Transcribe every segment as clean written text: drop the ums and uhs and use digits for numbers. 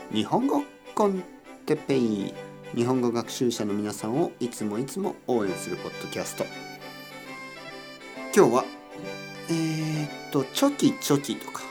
日本語コンテッペイ、日本語学習者の皆さんをいつも応援するポッドキャスト。今日はチョキチョキとか、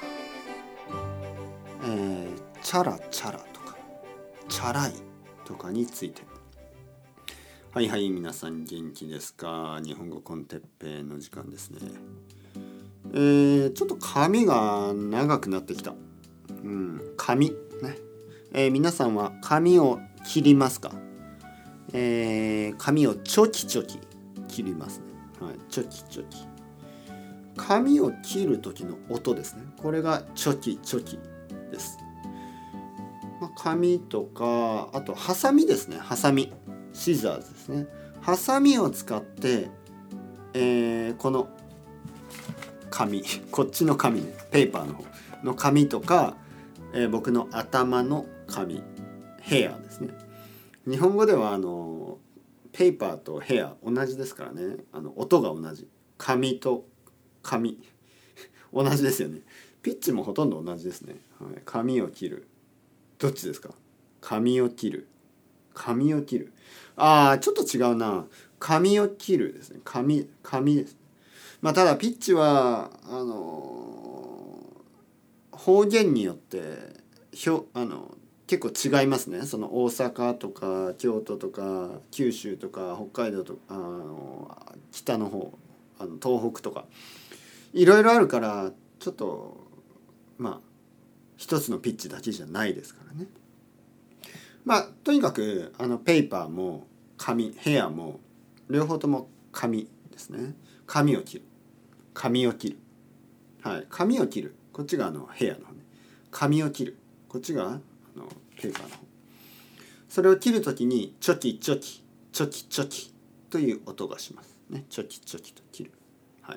チャラチャラとかチャラいとかについて。はい、皆さん元気ですか？日本語コンテッペイの時間ですね。ちょっと髪が長くなってきた。髪ね。皆さんは髪を切りますか？髪をチョキチョキ切りますね。はい、チョキチョキ。髪を切る時の音ですね。これがチョキチョキです。紙とか、あとハサミですね。ハサミ、シザーズですね。ハサミを使って、この紙、こっちの紙ね、ペーパーの方の紙とか、僕の頭の髪、ヘアですね。日本語ではペーパーとヘア同じですからね。音が同じ。紙と紙同じですよね。ピッチもほとんど同じですね。はい、髪を切る。どっちですか？髪を切る。髪を切る。ちょっと違うな。髪を切るですね。髪です。ただピッチは方言によって結構違いますね。その大阪とか京都とか九州とか北海道とか北の方東北とかいろいろあるから、ちょっと一つのピッチだけじゃないですからね。とにかくペーパーも紙、ヘアも両方とも紙ですね。髪を切る。はい、髪を切る。こっちがヘアの方ね。髪を切る。こっちがペーパーの方。それを切るときにチョキチョキチョキチョキという音がしますね。チョキチョキと切る。はい。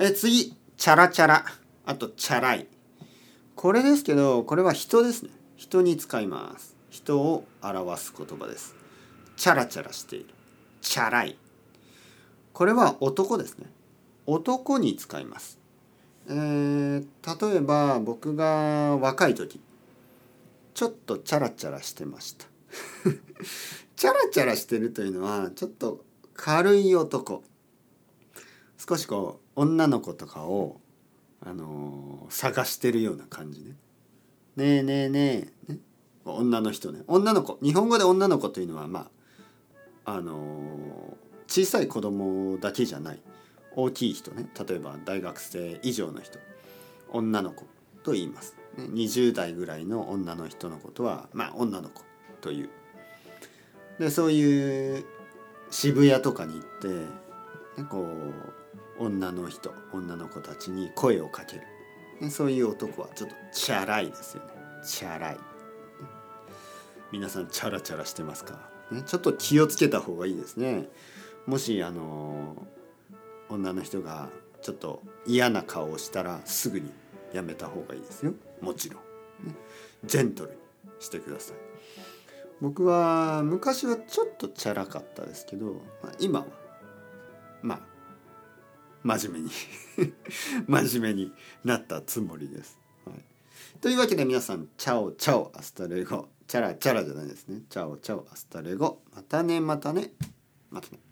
次、チャラチャラ。あとチャラい。これですけど、これは人ですね。人に使います。人を表す言葉です。チャラチャラしている。チャラい。これは男ですね。男に使います。例えば僕が若い時、ちょっとチャラチャラしてました。チャラチャラしてるというのはちょっと軽い男。少し女の子とかを探してるような感じね。ねえねえねえ、ね、女の人ね。女の子。日本語で女の子というのは小さい子供だけじゃない。大きい人ね。例えば大学生以上の人。女の子と言います。20代ぐらいの女の人のことは女の子という。でそういう渋谷とかに行って女の子たちに声をかける。そういう男はちょっとチャラいですよね。チャラい。皆さんチャラチャラしてますか？ちょっと気をつけた方がいいですね。もし女の人がちょっと嫌な顔をしたらすぐにやめた方がいいですよ。もちろん、ジェントルにしてください。僕は昔はちょっとチャラかったですけど、今は真面目に真面目になったつもりです。はい、というわけで皆さん、チャオチャオアスタレゴ。チャラチャラじゃないですね。チャオチャオアスタレゴ。またね。